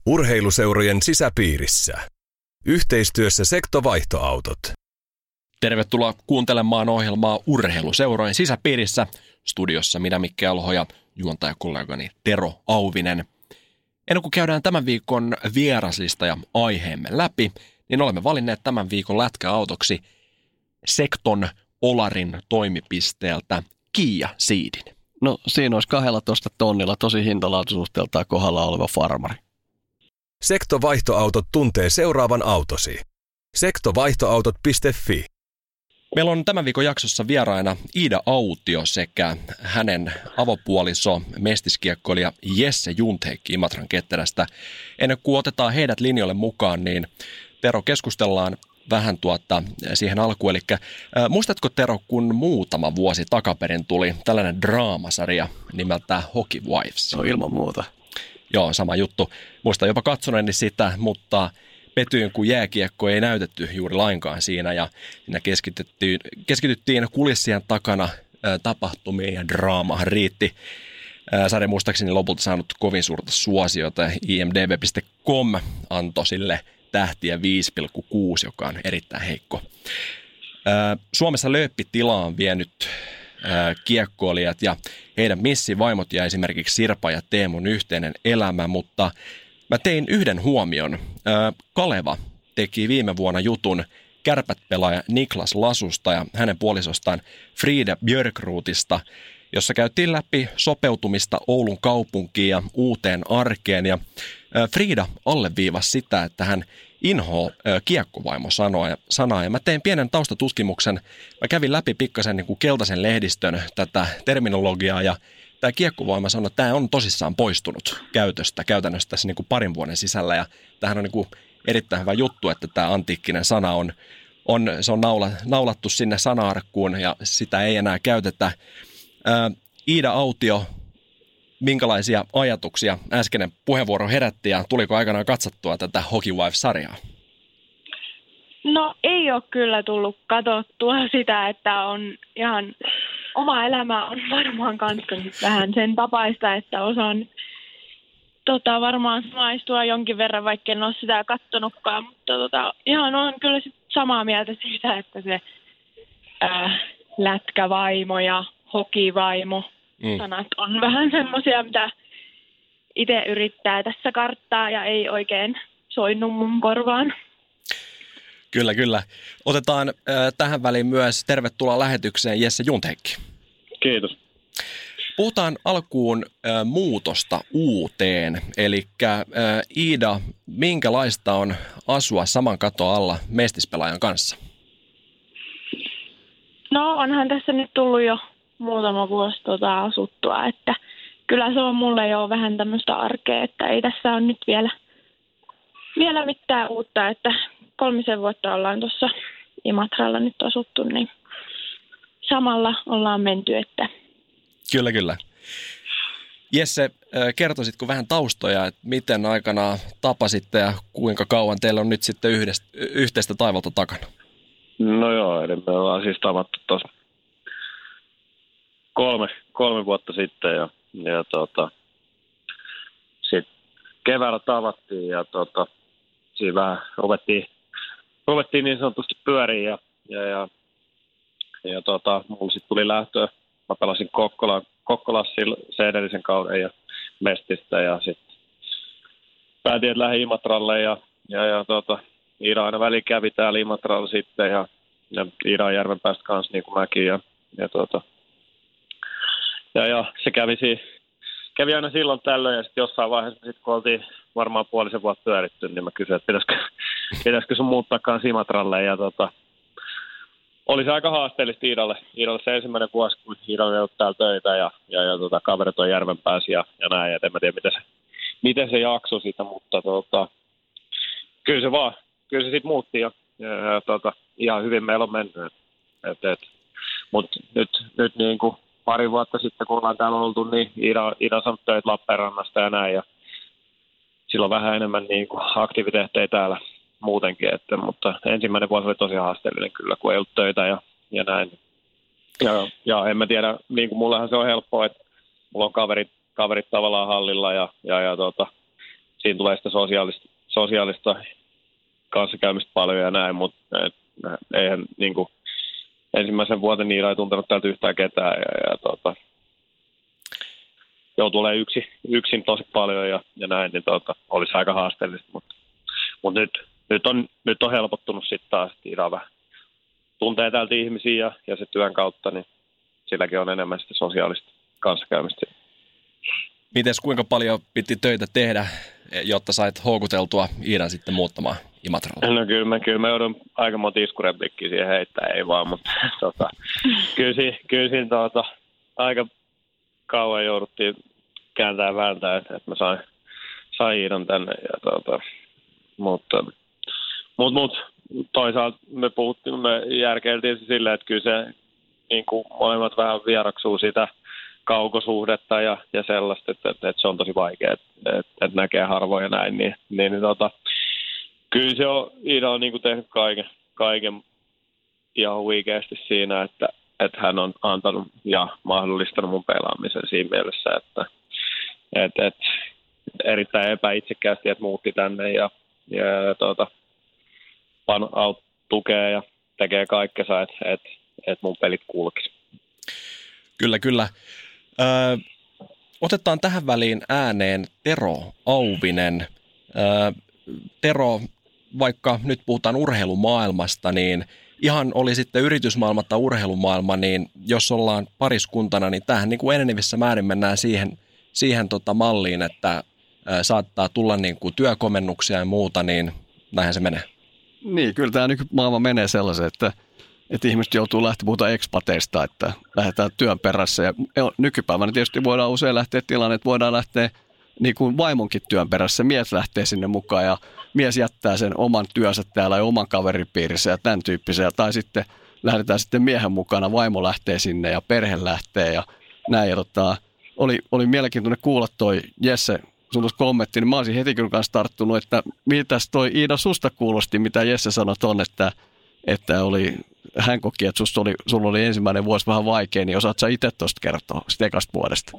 Urheiluseurojen sisäpiirissä. Yhteistyössä Sekto-vaihtoautot. Tervetuloa kuuntelemaan ohjelmaa Urheiluseurojen sisäpiirissä. Studiossa minä Mikke Alho ja juontajakollegani Tero Auvinen. Ennen kuin käydään tämän viikon vieraslista ja aiheemme läpi, niin olemme valinneet tämän viikon lätkäautoksi Sekton Olarin toimipisteeltä Kia Ceedin. No siinä olisi 12 tonnilla tosi hintalaatuisuhteeltaan kohdalla oleva farmari. Sekto-vaihtoautot tuntee seuraavan autosi. Sektovaihtoautot.fi. Meillä on tämän viikon jaksossa vieraina Iida Autio sekä hänen avopuoliso mestiskiekkoilija Jesse Juntheikki Imatran Ketterästä. Ennen kuin otetaan heidät linjoille mukaan, niin Tero, keskustellaan vähän siihen alkuun. Eli muistatko Tero, kun muutama vuosi takaperin tuli tällainen draamasarja nimeltä Hockey Wives? No ilman muuta. Joo, sama juttu. Muistan jopa katsoneeni sitä, mutta petyin, kun jääkiekko ei näytetty juuri lainkaan siinä ja siinä keskityttiin kulissien takana tapahtumiin ja draamaan riitti. Sarja muistaakseni lopulta saanut kovin suurta suosiota. IMDb.com antoi sille tähtiä 5,6, joka on erittäin heikko. Suomessa lööppitila on vienyt kiekkoilijat ja heidän missivaimot ja esimerkiksi Sirpa ja Teemun yhteinen elämä, mutta mä tein yhden huomion. Kaleva teki viime vuonna jutun Kärpät-pelaaja Niklas Lasusta ja hänen puolisostaan Frida Björkruutista, jossa käytiin läpi sopeutumista Oulun kaupunkiin ja uuteen arkeen. Ja Frida alleviivasi sitä, että hän inhoaa kiekkovaimo-sanaa. Ja mä tein pienen taustatutkimuksen. Mä kävin läpi pikkasen niin kuin keltaisen lehdistön tätä terminologiaa ja tämä kiekkovoima sanoi, että tämä on tosissaan poistunut käytännössä tässä niin kuin parin vuoden sisällä. Ja tämähän on niin kuin erittäin hyvä juttu, että tämä antiikkinen sana on naulattu sinne sana-arkkuun ja sitä ei enää käytetä. Iida Autio, minkälaisia ajatuksia äskeinen puheenvuoro herätti ja tuliko aikanaan katsottua tätä Hockey Wives-sarjaa? No ei ole kyllä tullut katsottua sitä, että on ihan oma elämä on varmaan kanssa vähän sen tapaista, että osaan varmaan samaistua jonkin verran, vaikka en ole sitä katsonutkaan, mutta ihan on kyllä sit samaa mieltä siitä, että se lätkävaimo ja hokivaimo sanat on vähän semmoisia, mitä itse yrittää tässä karttaa ja ei oikein soinut mun korvaan. Kyllä, kyllä. Otetaan tähän väliin myös tervetuloa lähetykseen Jesse Juntheikki. Kiitos. Puhutaan alkuun muutosta uuteen, eli Iida, minkälaista on asua saman katon alla mestispelaajan kanssa? No onhan tässä nyt tullut jo muutama vuosi asuttua, että kyllä se on mulle jo vähän tämmöistä arkea, että ei tässä ole nyt vielä mitään uutta, että 3 vuotta ollaan tuossa Imatralla nyt asuttu, niin samalla ollaan menty, että Kyllä, kyllä. Jesse, kertoisitko vähän taustoja, että miten aikanaan tapasitte ja kuinka kauan teillä on nyt sitten yhteistä taivalta takana? No joo, eli me ollaan siis tavattu tuossa 3 vuotta sitten ja sitten keväällä tavattiin ja siinä vähän ruvettiin niin sanotusti pyöriin ja mulla sitten tuli lähtöä. Mä pelasin Kokkolassa sen edellisen kauden ja Mestistä ja sitten päätin, että lähdin Imatralle ja Iida aina väliin kävi täällä Imatralla sitten ja Iida on Järvenpäästä kanssa niin kuin mäkin ja se kävi aina silloin tällöin ja sitten jossain vaiheessa sit, kun oltiin varmaan 5 vuotta pyöritty, niin mä kysyin, että pitäisikö sun muuttaa kanssa Imatralle ja oli se aika haasteellista Iidalle se ensimmäinen vuosi, kun Iida oli ollut täällä töitä ja kaverit on Järvenpäässä ja näin, ja en mä tiedä miten se jaksoi sitä, mutta kyllä se sitten muutti ja ihan hyvin meillä on mennyt. Mutta nyt niin kuin pari vuotta sitten, kun ollaan täällä oltu, niin Iida on saanut töitä Lappeenrannasta ja näin, ja silloin vähän enemmän niin kuin aktiviteetteja täällä muutenkin, mutta ensimmäinen vuosi oli tosi haasteellinen kyllä, kun ei ollut töitä ja näin. Ja en mä tiedä, niin kuin mullehan se on helppoa, että mulla on kaverit tavallaan hallilla ja siinä tulee sitä sosiaalista kanssakäymistä paljon ja näin, mutta eihän niin kuin, ensimmäisen vuoden Iida ei tuntenut täältä yhtään ketään ja joutuu olemaan yksin tosi paljon ja näin, niin olisi aika haasteellista, mutta nyt on helpottunut sitten taas, että Iida vähän tuntee täältä ihmisiä ja se työn kautta, niin silläkin on enemmän sitä sosiaalista kanssakäymistä. Mites kuinka paljon piti töitä tehdä, jotta sait houkuteltua Iidan sitten muuttamaan Imatralle? No kyllä mä joudun aika monta iskurepliikkiä siihen heittää, ei vaan, mutta kyllä siinä aika kauan jouduttiin kääntää ja vääntää, että mä sain Iidan tänne. Mutta toisaalta me järkeiltiin se silleen, että kyllä se niin kuin molemmat vähän vieraksuu sitä kaukosuhdetta ja sellaista, että se on tosi vaikea, että näkee harvoin ja näin. Niin, kyllä se on, Iida on niin kuin tehnyt kaiken ihan huikeasti siinä, että hän on antanut ja mahdollistanut mun pelaamisen siinä mielessä, että erittäin epäitsekkäästi, että muutti tänne ja tukee ja tekee kaikkensa, että mun pelit kulkisi. Kyllä. Otetaan tähän väliin ääneen Tero Auvinen. Tero, vaikka nyt puhutaan urheilumaailmasta, niin ihan oli sitten yritysmaailma tai urheilumaailma, niin jos ollaan pariskuntana, niin tämähän niin kuin enenevissä määrin mennään siihen malliin, että saattaa tulla niin kuin työkomennuksia ja muuta, niin näinhän se menee. Niin, kyllä tämä nykymaailma menee sellaisen, että ihmiset joutuu lähteä puhuta ekspateista, että lähdetään työn perässä. Ja nykypäivänä tietysti voidaan usein lähteä tilanne, että voidaan lähteä niin kuin vaimonkin työn perässä. Mies lähtee sinne mukaan ja mies jättää sen oman työnsä täällä ja oman kaveripiirissä ja tämän tyyppisiä. Tai sitten lähdetään sitten miehen mukana, vaimo lähtee sinne ja perhe lähtee ja näin. Ja oli mielenkiintoinen kuulla toi Jesse sun tuossa kommentti, niin mä olisin heti kyllä kanssa tarttunut, että mitäs toi Iida susta kuulosti, mitä Jesse sanoi ton, että hän koki, että sulla oli ensimmäinen vuosi vähän vaikea, niin osaat sä itse tuosta kertoa sitä ekasta vuodesta?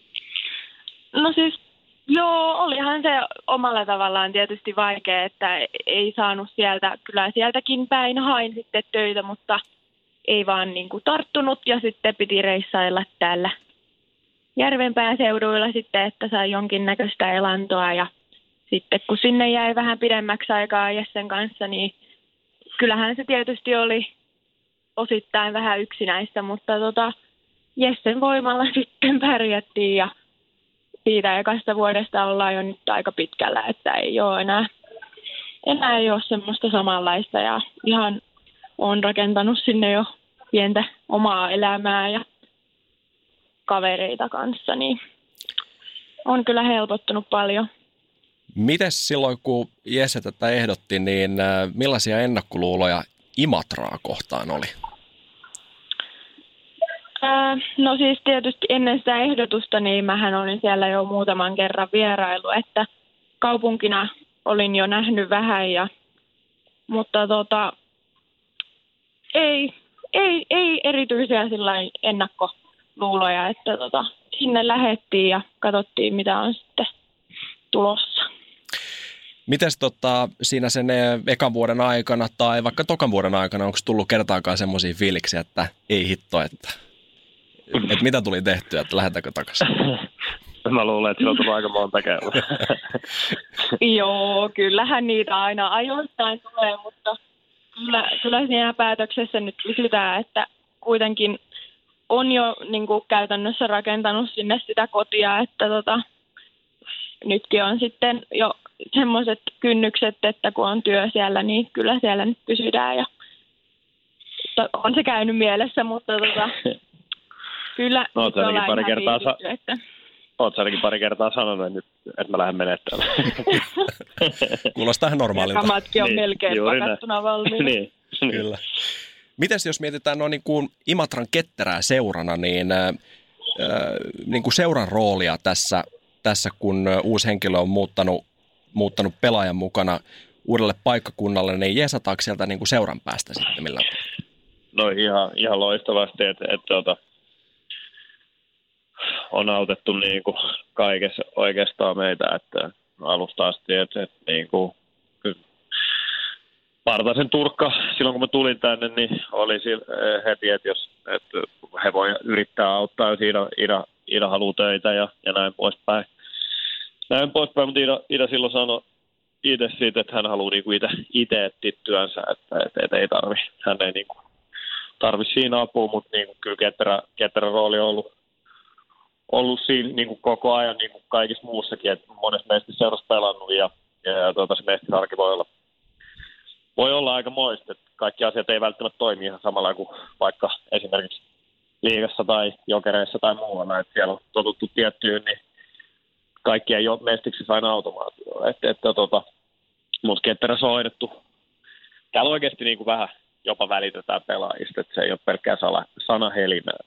No siis, joo, olihan se omalla tavallaan tietysti vaikea, että ei saanut kyllä sieltäkin päin hain sitten töitä, mutta ei vaan niin kuin tarttunut ja sitten piti reissailla täällä Järvenpään seuduilla sitten, että sai jonkinnäköistä elantoa ja sitten kun sinne jäi vähän pidemmäksi aikaa Jessen kanssa, niin kyllähän se tietysti oli osittain vähän yksinäistä, mutta Jessen voimalla sitten pärjättiin ja siitä ekasta vuodesta ollaan jo nyt aika pitkällä, että ei ole enää ei ole semmoista samanlaista ja ihan olen rakentanut sinne jo pientä omaa elämää ja kavereita kanssa, niin on kyllä helpottunut paljon. Mites silloin, kun Jesse tätä ehdotti, niin millaisia ennakkoluuloja Imatraa kohtaan oli? No siis tietysti ennen sitä ehdotusta, niin mähän olin siellä jo muutaman kerran vierailu, että kaupunkina olin jo nähnyt vähän, mutta ei erityisiä ennakkoluuloja, että sinne lähdettiin ja katsottiin, mitä on sitten tulossa. Mites siinä sen ekan vuoden aikana tai vaikka tokan vuoden aikana, onko tullut kertaakaan semmoisia fiiliksiä, että ei hitto, että mitä tuli tehtyä, että lähdetäänkö takaisin? Mä luulen, että sillä on tullut aika monta kertaa. Joo, kyllähän niitä aina ajoittain tulee, mutta kyllä siinä päätöksessä nyt pysytään, että kuitenkin on jo niin kuin käytännössä rakentanut sinne sitä kotia, että nytkin on sitten jo semmoiset kynnykset, että kun on työ siellä, niin kyllä siellä nyt pysytään ja on se käynyt mielessä, mutta kyllä no, nyt ollaan ihan viihdytty, että oletko ainakin pari kertaa sanonut nyt, että mä lähden menemään täällä. Kuulostaa ihan normaalilta. Kamatkin on melkein pakattuna valmiina. Niin. Kyllä. Mites jos mietitään niin kuin Imatran ketterää seurana, niin kuin seuran roolia tässä, kun uusi henkilö on muuttanut pelaajan mukana uudelle paikkakunnalle, niin jeesataanko sieltä niin kuin seuran päästä sitten millään? No ihan loistavasti, että on autettu niin kuin kaikessa oikeastaan meitä, että alusta asti, että niin kuin, Partasen Turkka, silloin kun mä tulin tänne, niin oli heti, että he voi yrittää auttaa, jos Ida haluaa töitä ja näin poispäin. Mutta Ida silloin sanoi itse siitä, että hän haluaa niinku itse etsiä työnsä, että ei hän ei niinku tarvi siinä apua, mutta niinku kyllä ketterän rooli on ollut siinä niinku koko ajan niinku kaikissa muussakin, että monessa mestiseurassa pelannut ja se mestisarki voi olla aika moista, että kaikki asiat ei välttämättä toimi ihan samalla kuin vaikka esimerkiksi liigassa tai jokereissa tai muualla, että siellä on totuttu tiettyyn, niin kaikki ei ole mestiksessä aina automaatiolla, mutta ketterässä on hoidettu. Täällä oikeasti niin kuin vähän jopa välitetään pelaajista, että se ei ole pelkkää sanahelinää.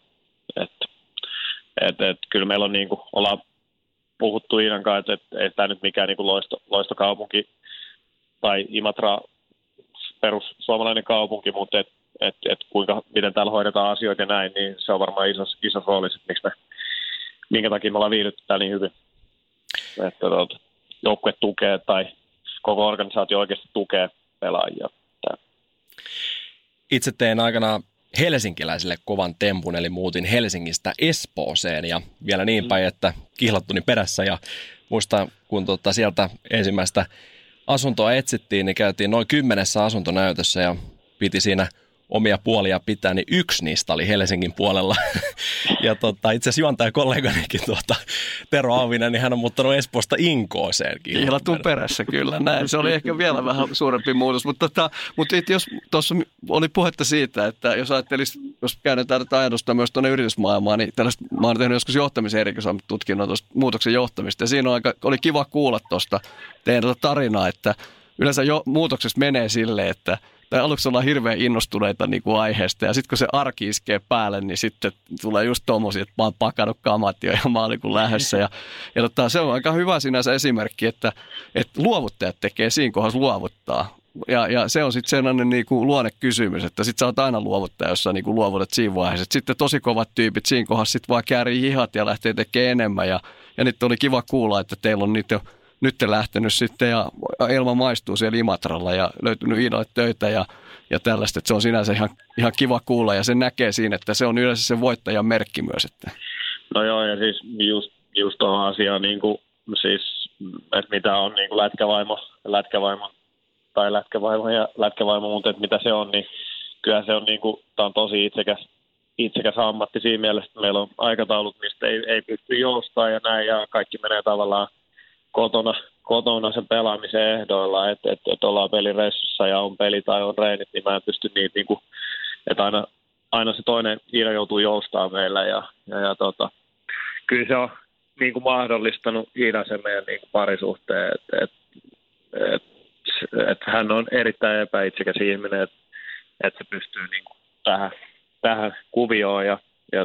Kyllä meillä on niin kuin, ollaan puhuttu Iinan kanssa, että ei tämä nyt mikään niin kuin loistokaupunki tai Imatra perus suomalainen kaupunki, mutta miten täällä hoidetaan asioita ja näin, niin se on varmaan iso rooli, että minkä takia me ollaan viihdytty täällä niin hyvin. Että joukkue tukee tai koko organisaatio oikeasti tukee pelaajia. Itse tein aikanaan helsinkiläisille kovan tempun, eli muutin Helsingistä Espooseen ja vielä niin päin, että kihlattuni perässä ja muistan, kun sieltä ensimmäistä asuntoa etsittiin, niin käytiin noin 10 asuntonäytössä ja piti siinä omia puolia pitää, niin yksi niistä oli Helsingin puolella. Ja itse asiassa juontajakolleganikin Tero Auvinen, niin hän on muuttanut Espoosta Inkooseen. Kihlatun perässä, kyllä näin. Se oli ehkä vielä vähän suurempi muutos. Mutta jos tuossa oli puhetta siitä, että jos ajattelisi, jos käännetään tätä ajatusta myös tuonne yritysmaailmaan, niin mä oon tehnyt joskus johtamisen erikoistutkinnon tuosta muutoksen johtamista. Ja siinä oli kiva kuulla tuosta teidän tarinaa, että yleensä muutoksessa menee silleen, että tai aluksi ollaan hirveän innostuneita niin kuin aiheesta, ja sitten kun se arki iskee päälle, niin sitten tulee just tommosia, että mä oon pakannut kamat jo ja mä oon niin lähdössä. Ja se on aika hyvä sinänsä esimerkki, että luovuttajat tekee siinä kohdassa luovuttaa. Ja se on sitten sellainen niin kuin luonnekysymys, että sitten sä oot aina luovuttaja, jos sä niin kuin luovutat siinä vaiheessa. Sitten tosi kovat tyypit siinä kohdassa sitten vaan käärii hihat ja lähtee tekemään enemmän. Ja nyt oli kiva kuulla, että teillä on niitä nyt lähtenyt sitten ja Elma maistuu siellä Imatralla ja löytynyt Iidalle töitä ja tällaista, että se on sinänsä ihan kiva kuulla ja se näkee siinä, että se on yleensä se voittajan merkki myös. Että. No joo, ja siis just tuohon asiaan, niin kuin, siis, että mitä on niin kuin lätkävaimo, mutta että mitä se on, niin kyllä se on, niin kuin, tämä on tosi itsekäs ammatti siinä mielessä, että meillä on aikataulut, mistä ei pysty joustamaan ja näin, ja kaikki menee tavallaan kotona sen pelaamisen ehdoilla, että ollaan pelireissussa ja on peli tai on reenit, niin mä en pysty niitä, niin kuin, että aina se toinen Iida joutuu joustamaan meillä ja kyllä se on niin kuin mahdollistanut Iida sen meidän niin kuin parisuhteen, että hän on erittäin epäitsekäs ihminen, että se pystyy niin kuin tähän kuvioon ja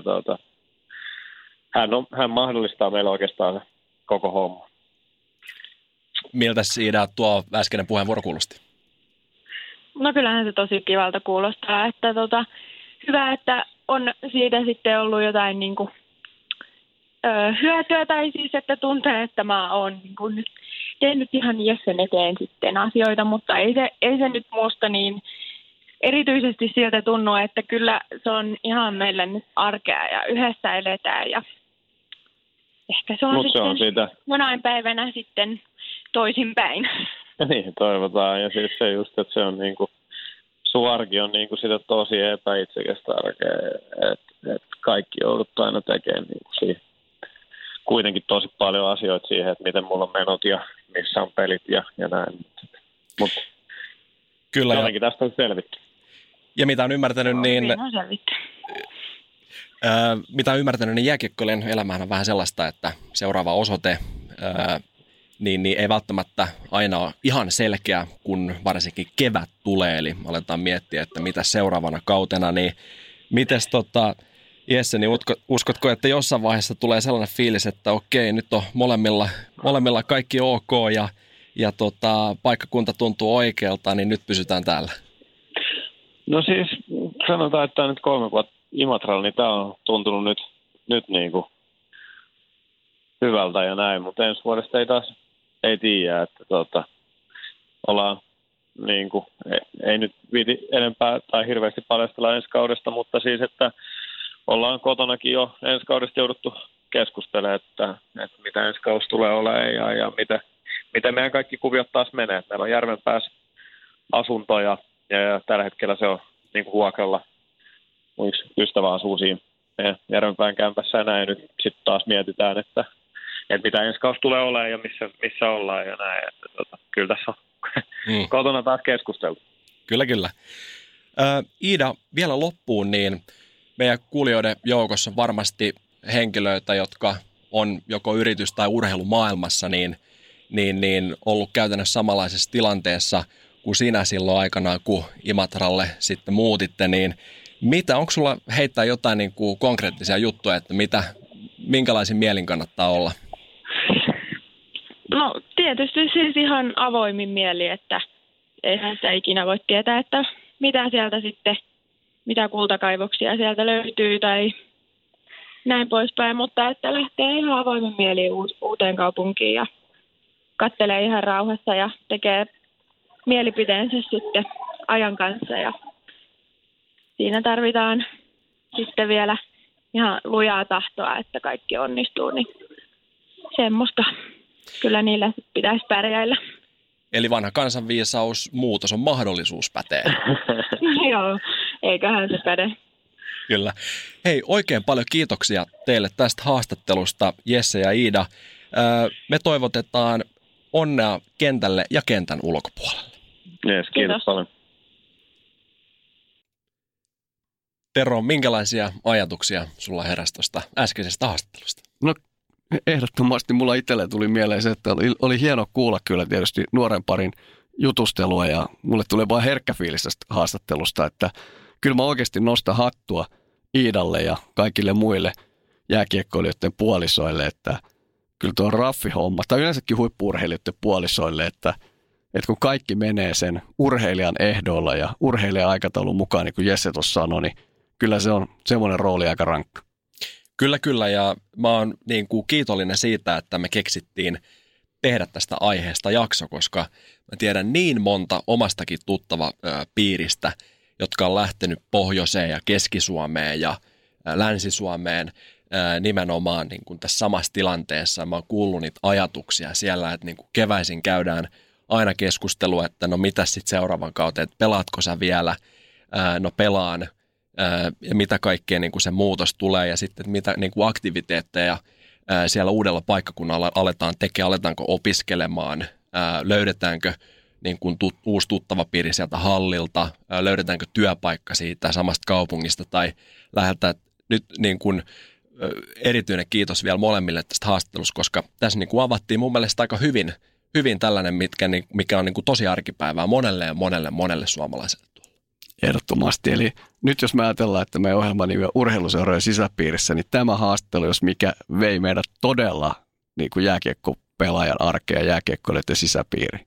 hän mahdollistaa meillä oikeastaan koko homma. Miltä Iida tuo äskeinen puheenvuoro kuulosti? No kyllähän se tosi kivalta kuulostaa, että hyvä, että on siitä sitten ollut jotain niin kuin, hyötyä tai siis, että tuntee, että mä oon niin kuin nyt tehnyt ihan Jessen eteen sitten asioita, mutta ei se nyt musta niin erityisesti siltä tunnu, että kyllä se on ihan meille nyt arkea ja yhdessä eletään ja ehkä se on sitten se on siitä jonain päivänä sitten toisinpäin. Niin, toivotaan. Ja siis se just, että se on niinku, sun arki on niinku sitä tosi epäitsekästä arkea, että kaikki joudut aina tekemään niinku siihen. Kuitenkin tosi paljon asioita siihen, että miten mulla on menot ja missä on pelit ja näin. Mutta kyllä jotenkin tästä on selvitty. Ja mitä on ymmärtänyt, niin jääkiekkoilijan elämähän on vähän sellaista, että seuraava osoite niin ei välttämättä aina ole ihan selkeä, kun varsinkin kevät tulee, eli aletaan miettiä, että mitä seuraavana kautena, niin mites Jesse, niin uskotko, että jossain vaiheessa tulee sellainen fiilis, että okei, nyt on molemmilla kaikki ok ja paikkakunta tuntuu oikealta, niin nyt pysytään täällä? No siis sanotaan, että nyt 3 vuotta Imatralla, niin tämä on tuntunut nyt niin kuin hyvältä ja näin, mutta ensi vuodesta ei tiedä, että ollaan niin kuin, ei nyt viiti enempää tai hirveästi paljastella ensi kaudesta, mutta siis, että ollaan kotonakin jo ensi kaudesta jouduttu keskustelemaan, että mitä ensi kausi tulee olemaan ja miten meidän kaikki kuviot taas menee. Meillä on Järvenpäässä asunto ja tällä hetkellä se on niin kuin vuokralla. Mun yksi ystävä asuu siinä Järvenpään kämpässä ja näin. Nyt sitten taas mietitään, että mitä ensi kausi tulee olemaan ja missä ollaan ja näin. Että kyllä tässä on kotona taas keskusteltu. Kyllä. Iida, vielä loppuun, niin meidän kuulijoiden joukossa on varmasti henkilöitä, jotka on joko yritys- tai urheilumaailmassa, niin ollut käytännössä samanlaisessa tilanteessa kuin sinä silloin aikanaan, kun Imatralle sitten muutitte, niin onko sulla heittää jotain niin kuin konkreettisia juttuja, että minkälaisin mielin kannattaa olla? No tietysti siis ihan avoimin mieli, että eihän sitä ikinä voi tietää, että mitä sieltä sitten, mitä kultakaivoksia sieltä löytyy tai näin poispäin, mutta että lähtee ihan avoimin mieli uuteen kaupunkiin ja katselee ihan rauhassa ja tekee mielipiteensä sitten ajan kanssa ja siinä tarvitaan sitten vielä ihan lujaa tahtoa, että kaikki onnistuu, niin semmoista kyllä niillä pitäisi pärjäillä. Eli vanha kansanviisaus, muutos on mahdollisuus pätee. Joo, eiköhän se päde. Kyllä. Hei, oikein paljon kiitoksia teille tästä haastattelusta, Jesse ja Iida. Me toivotetaan onnea kentälle ja kentän ulkopuolelle. Yes, kiitos paljon. Tero, minkälaisia ajatuksia sulla heräsi tuosta äskeisestä haastattelusta? No ehdottomasti mulla itselle tuli mieleen se, että oli hieno kuulla kyllä tietysti nuoren parin jutustelua ja mulle tuli vaan herkkä fiilis tästä haastattelusta, että kyllä mä oikeasti nostan hattua Iidalle ja kaikille muille jääkiekkoilijoiden puolisoille, että kyllä tuo raffihomma, tai yleensäkin huippu-urheilijoiden puolisoille, että kun kaikki menee sen urheilijan ehdoilla ja urheilijan aikataulun mukaan, niin kuin Jesse tuossa sanoi, niin kyllä se on semmoinen rooli aika rankka. Kyllä, ja mä oon niin kuin kiitollinen siitä, että me keksittiin tehdä tästä aiheesta jakso, koska mä tiedän niin monta omastakin tuttava piiristä, jotka on lähtenyt Pohjoiseen ja Keski-Suomeen ja Länsi-Suomeen nimenomaan niin kuin tässä samassa tilanteessa. Mä oon kuullut niitä ajatuksia siellä, että niin kuin keväisin käydään aina keskustelua, että no mitäs sitten seuraavan kautta, että pelaatko sä vielä, no pelaan, ja mitä kaikkea niin kuin se muutos tulee ja sitten mitä niin kuin aktiviteetteja siellä uudella paikkakunnalla aletaan tekemään, aletaanko opiskelemaan, löydetäänkö niin kuin uusi tuttava piiri sieltä hallilta, löydetäänkö työpaikka siitä samasta kaupungista tai lähdetään nyt niin kuin erityinen kiitos vielä molemmille tästä haastattelusta, koska tässä niin kuin avattiin mun mielestä aika hyvin tällainen, mikä on niin kuin tosi arkipäivää monelle suomalaiselle tuolla. Ehdottomasti. Eli nyt jos me ajatellaan, että meidän ohjelman nimi on urheiluseurojen sisäpiirissä, niin tämä haastattelu, jos mikä vei meidät todella niin kuin jääkiekkopelaajan arkea ja jääkiekkoilijoiden sisäpiiri.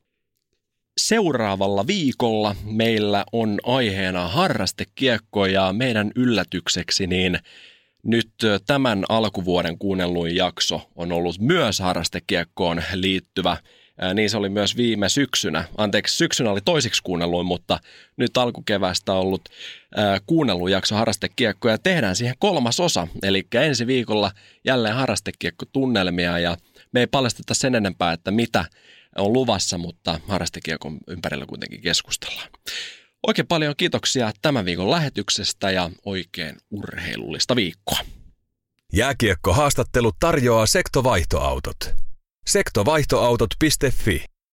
Seuraavalla viikolla meillä on aiheena harrastekiekko ja meidän yllätykseksi niin nyt tämän alkuvuoden kuunnelluin jakso on ollut myös harrastekiekkoon liittyvä. Niin se oli myös viime syksynä. Syksynä oli toisiksi kuunnelluin, mutta nyt alkukeväästä on ollut kuunnelluin jakso harrastekiekkoa ja tehdään siihen 3. osa. Eli ensi viikolla jälleen harrastekiekkotunnelmia ja me ei paljasteta sen enempää, että mitä on luvassa, mutta harrastekiekon ympärillä kuitenkin keskustellaan. Oikein paljon kiitoksia tämän viikon lähetyksestä ja oikein urheilullista viikkoa. Jääkiekko-haastattelu tarjoaa Sektovaihtoautot. Sektovaihtoautot.fi